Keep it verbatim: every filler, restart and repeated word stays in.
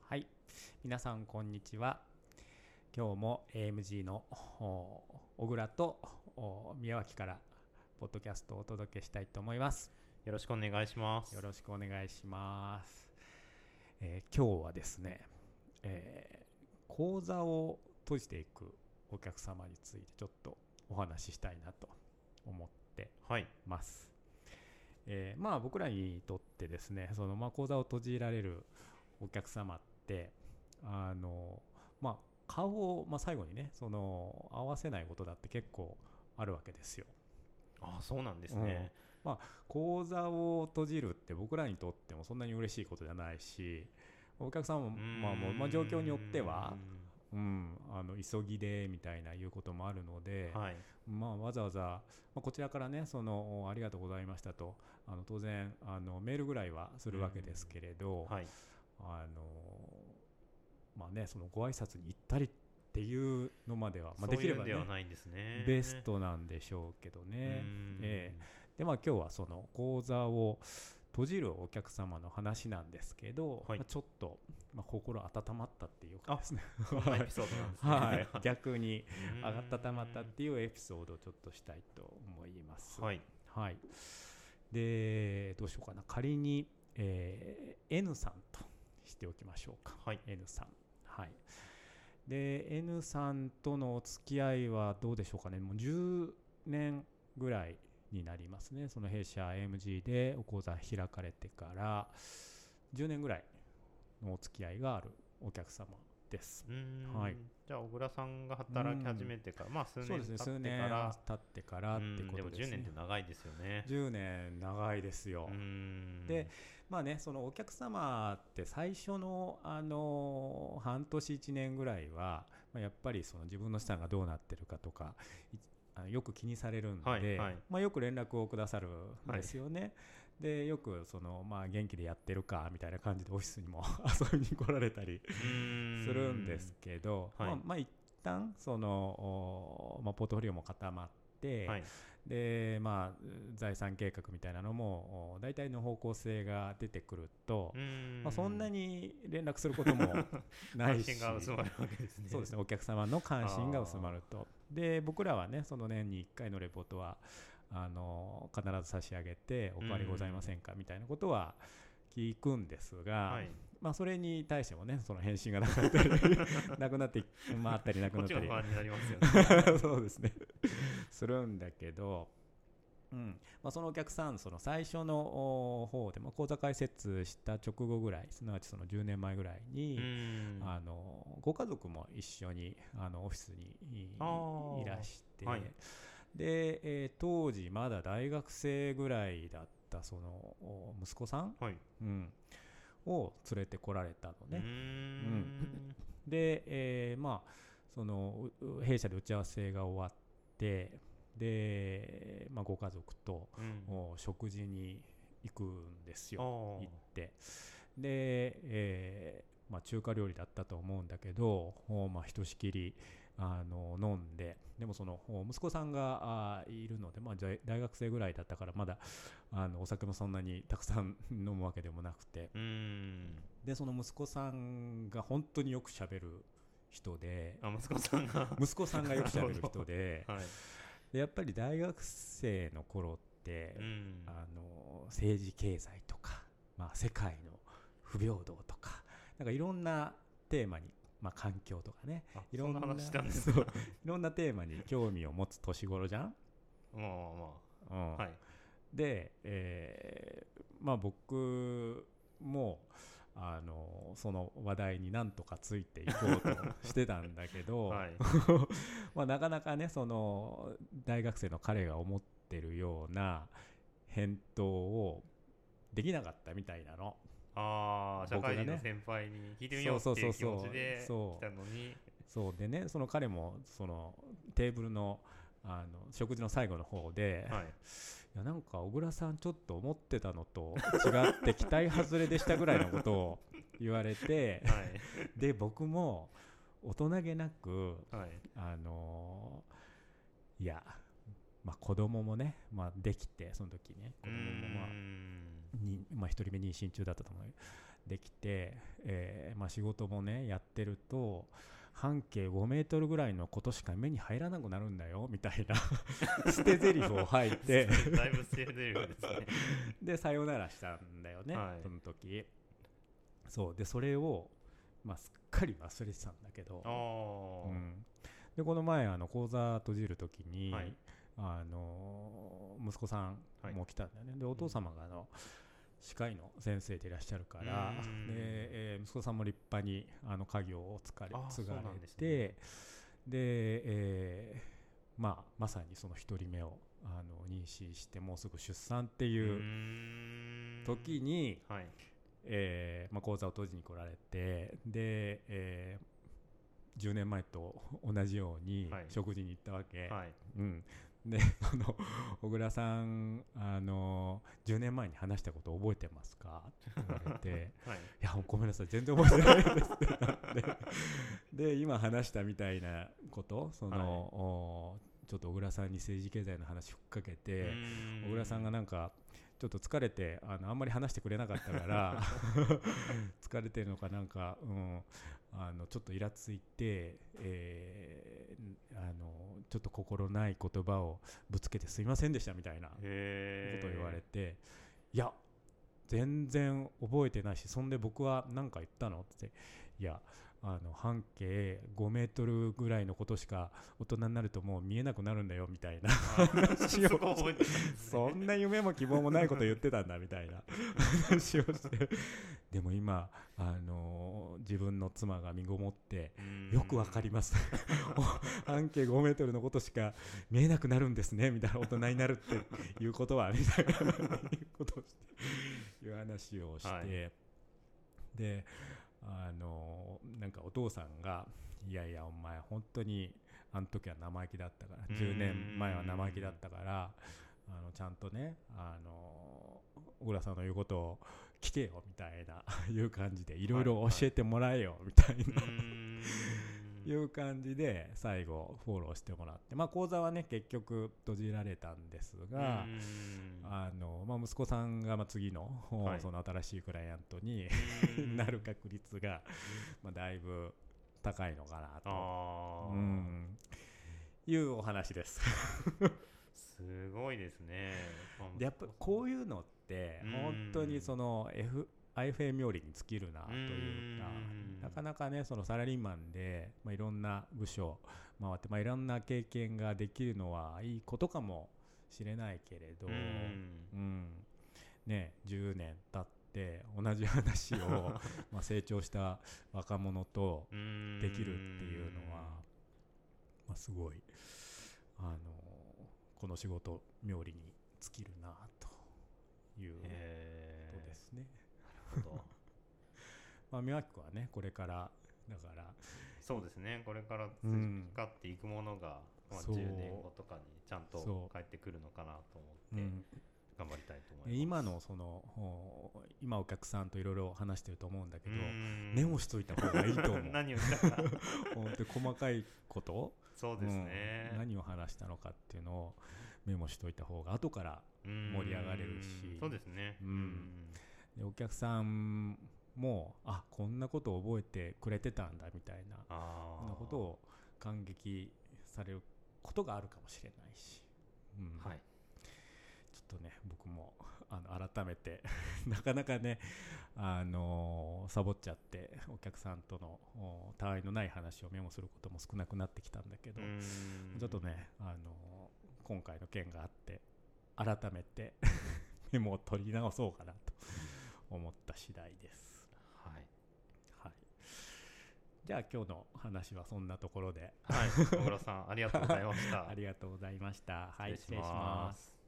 はい、皆さんこんにちは。今日も エーエムジー の小倉と宮脇からポッドキャストをお届けしたいと思います。 よろしくお願いします。 よろしくお願いします。えー、今日はですね、えー、講座を閉じていくお客様についてちょっとお話ししたいなと思ってます。はいえー、まあ僕らにとってですね、そのまあ講座を閉じられるお客様ってあのまあ顔を、まあ、最後にねその合わせないことだって結構あるわけですよ。 ああ、そうなんですね。 うん、まあ講座を閉じるって僕らにとってもそんなに嬉しいことじゃないし、お客さんもまあもう、まあ、状況によってはうん、あの急ぎでみたいないうこともあるので、 はいまあ、わざわざ、まあ、こちらからねそのありがとうございましたとあの当然あのメールぐらいはするわけですけれど、 はいあのまあねそのご挨拶に行ったりっていうのまでは、まあ、できればねベストなんでしょうけどね。えー、でまあ今日はその講座を閉じるお客様の話なんですけど、 はいまあ、ちょっと、まあ、心温まったっていうかですねそんなエピソードなんですねはい、逆に温まったっていうエピソードをちょっとしたいと思います。 はい、 はい、でどうしようかな、仮に、えー、N さんとしておきましょうか。 はい、 N さん、はい、で N さんとのお付き合いはどうでしょうかね。もうじゅうねんぐらいになりますね。その弊社 エーエムジー でお講座開かれてからじゅうねんぐらいのお付き合いがあるお客様です。 うーん、 はい、 じゃあ小倉さんが働き始めてから、まあ数年経ってから、 そうですね、数年経ってからってことですね。 でもじゅうねんって長いですよね。 じゅうねん長いですよ。 うーんでまあね、そのお客様って最初の、あの半年いちねんぐらいは、まあ、やっぱりその自分の資産がどうなってるかとかあのよく気にされるんで、 はいはいまあ、よく連絡をくださるんですよね。はい、でよくその、まあ、元気でやってるかみたいな感じでオフィスにも遊びに来られたりするんですけど、 はい、 まあ、まあ一旦その、まあ、ポートフォリオも固まって、はい、でまあ、財産計画みたいなのも大体の方向性が出てくると、まあ、そんなに連絡することもないし関心が薄まるわけですね。 そうですね、お客様の関心が薄まると。で僕らはねその年にいっかいのレポートはあの必ず差し上げてお変わりございませんかみたいなことは聞くんですが、はい、まあ、それに対してもねその返信がなくなったりなくなって、まあ、あったりなくなったりこっちが不安になりますよねそうですねするんだけど、うんまあ、そのお客さんその最初の方で、まあ、講座開設した直後ぐらい、すなわちそのじゅうねんまえぐらいにあのご家族も一緒にあのオフィスにいらして、はい、で、えー、当時まだ大学生ぐらいだったその息子さん、はい、うん、を連れてこられたのね。うん、で、えー、まあその弊社で打ち合わせが終わってで、まあ、ご家族と、うん、食事に行くんですよ。行ってで、えーまあ、中華料理だったと思うんだけど、まあ、ひとしきりあの飲んで、でもその息子さんがいるので、まあ、大学生ぐらいだったからまだあのお酒もそんなにたくさん飲むわけでもなくて、うんでその息子さんが本当によくしゃべる人で、 あ息子さんが息子さんがよくしゃべる人で、はい、でやっぱり大学生の頃って、うん、あの政治経済とか、まあ、世界の不平等とかなんかいろんなテーマに、まあ、環境とかね、いろんな話したんですか。いろんなテーマに興味を持つ年頃じゃん。 まあまあ、うん、はい。 で、えー、まあ僕もあのその話題になんとかついていこうとしてたんだけど、はいまあ、なかなかねその大学生の彼が思ってるような返答をできなかったみたいなの。 ああ、社会人の先輩に聞いてみようっていう気持ちで来たのに、 そうでね、その彼もそのテーブルのあの食事の最後の方で、はい、いやなんか小倉さんちょっと思ってたのと違って期待外れでしたぐらいのことを言われて、はい、で僕も大人げなく、はい、あのいや、まあ、子供もね、まあ、できてその時ね子供もまあに、まあ、一人目妊娠中だったと思うできてえーまあ、仕事もねやってると半径ごメートルぐらいのことしか目に入らなくなるんだよみたいな捨て台詞を吐いてだいぶ捨て台詞ですねでさよならしたんだよね、はい、その時。そうでそれを、まあ、すっかり忘れてたんだけど、うん、でこの前あの講座閉じる時に、はい、あの息子さんも来たんだよね、はい、でお父様があの、うん、歯科医の先生でいらっしゃるから、で、えー、息子さんも立派にあの家業を継がれて、で、ね、で、えーまあ、まさにその一人目をあの妊娠してもうすぐ出産っていう時に、はい、えーまあ、講座を閉じに来られて、で、えー、じゅうねんまえと同じように食事に行ったわけ、はい、うん、でその小倉さんあのじゅうねんまえに話したこと覚えてますかって言われて、はい、いやごめんなさい全然覚えてないですってなってで今話したみたいなことその、はい、ちょっと小倉さんに政治経済の話ふっかけて小倉さんがなんかちょっと疲れて あのあんまり話してくれなかったから疲れてるのかなんか、うん、あのちょっとイラついて、えー、あのちょっと心ない言葉をぶつけてすいませんでしたみたいなことを言われて、いや全然覚えてないし、そんで僕は何か言ったのって、いやあの半径ごメートルぐらいのことしか大人になるともう見えなくなるんだよみたいな話をそんな夢も希望もないこと言ってたんだみたいな話をしてでも今あのー、自分の妻が身ごもってよくわかります半径ごメートルのことしか見えなくなるんですねみたいな、大人になるっていうことはみたいなことをしていう話をして、はい、であのなんかお父さんがいやいやお前本当にあの時は生意気だったから、じゅうねんまえは生意気だったからあのちゃんとねあの小倉さんの言うことを聞けよみたいないう感じでいろいろ教えてもらえよみたいな、はいはい、いう感じで最後フォローしてもらって、まあ、講座はね結局閉じられたんですが、あの、まあ、息子さんがまあ次の、はい、その新しいクライアントになる確率が、まあ、だいぶ高いのかなと、うん、いうお話ですすごいですね。 でやっぱこういうのって本当にその Fアイエフエー 冥利に尽きるなというか、なかなかねそのサラリーマンで、まあ、いろんな部署回って、まあ、いろんな経験ができるのはいいことかもしれないけれど、うんうんね、じゅうねん経って同じ話をまあ成長した若者とできるっていうのは、まあ、すごいあのこの仕事冥利に尽きるなということですね。 なるほどまあ、宮脇君はねこれからだからそうですね、これから培っていくものが、うん、まあ、じゅうねんごとかにちゃんと返ってくるのかなと思って頑張りたいと思います。 今のその今お客さんといろいろ話してると思うんだけどメモしといた方がいいと思う何をしたか本当に細かいことそうですね、 うん、何を話したのかっていうのをメモしといた方が後から盛り上がれるし、 そうですね、うん、 でお客さんもあこんなことを覚えてくれてたんだみたいなそんなことを感激されることがあるかもしれないし、うん、はい、ちょっとね僕もあの改めてなかなかねあのー、サボっちゃってお客さんとのたわいのない話をメモすることも少なくなってきたんだけど、ちょっとね、あのー、今回の件があって改めてメモを取り直そうかなと思った次第です。はい、はい、じゃあ今日の話はそんなところで、 はい、小倉さんありがとうございましたありがとうございました。はい、失礼します。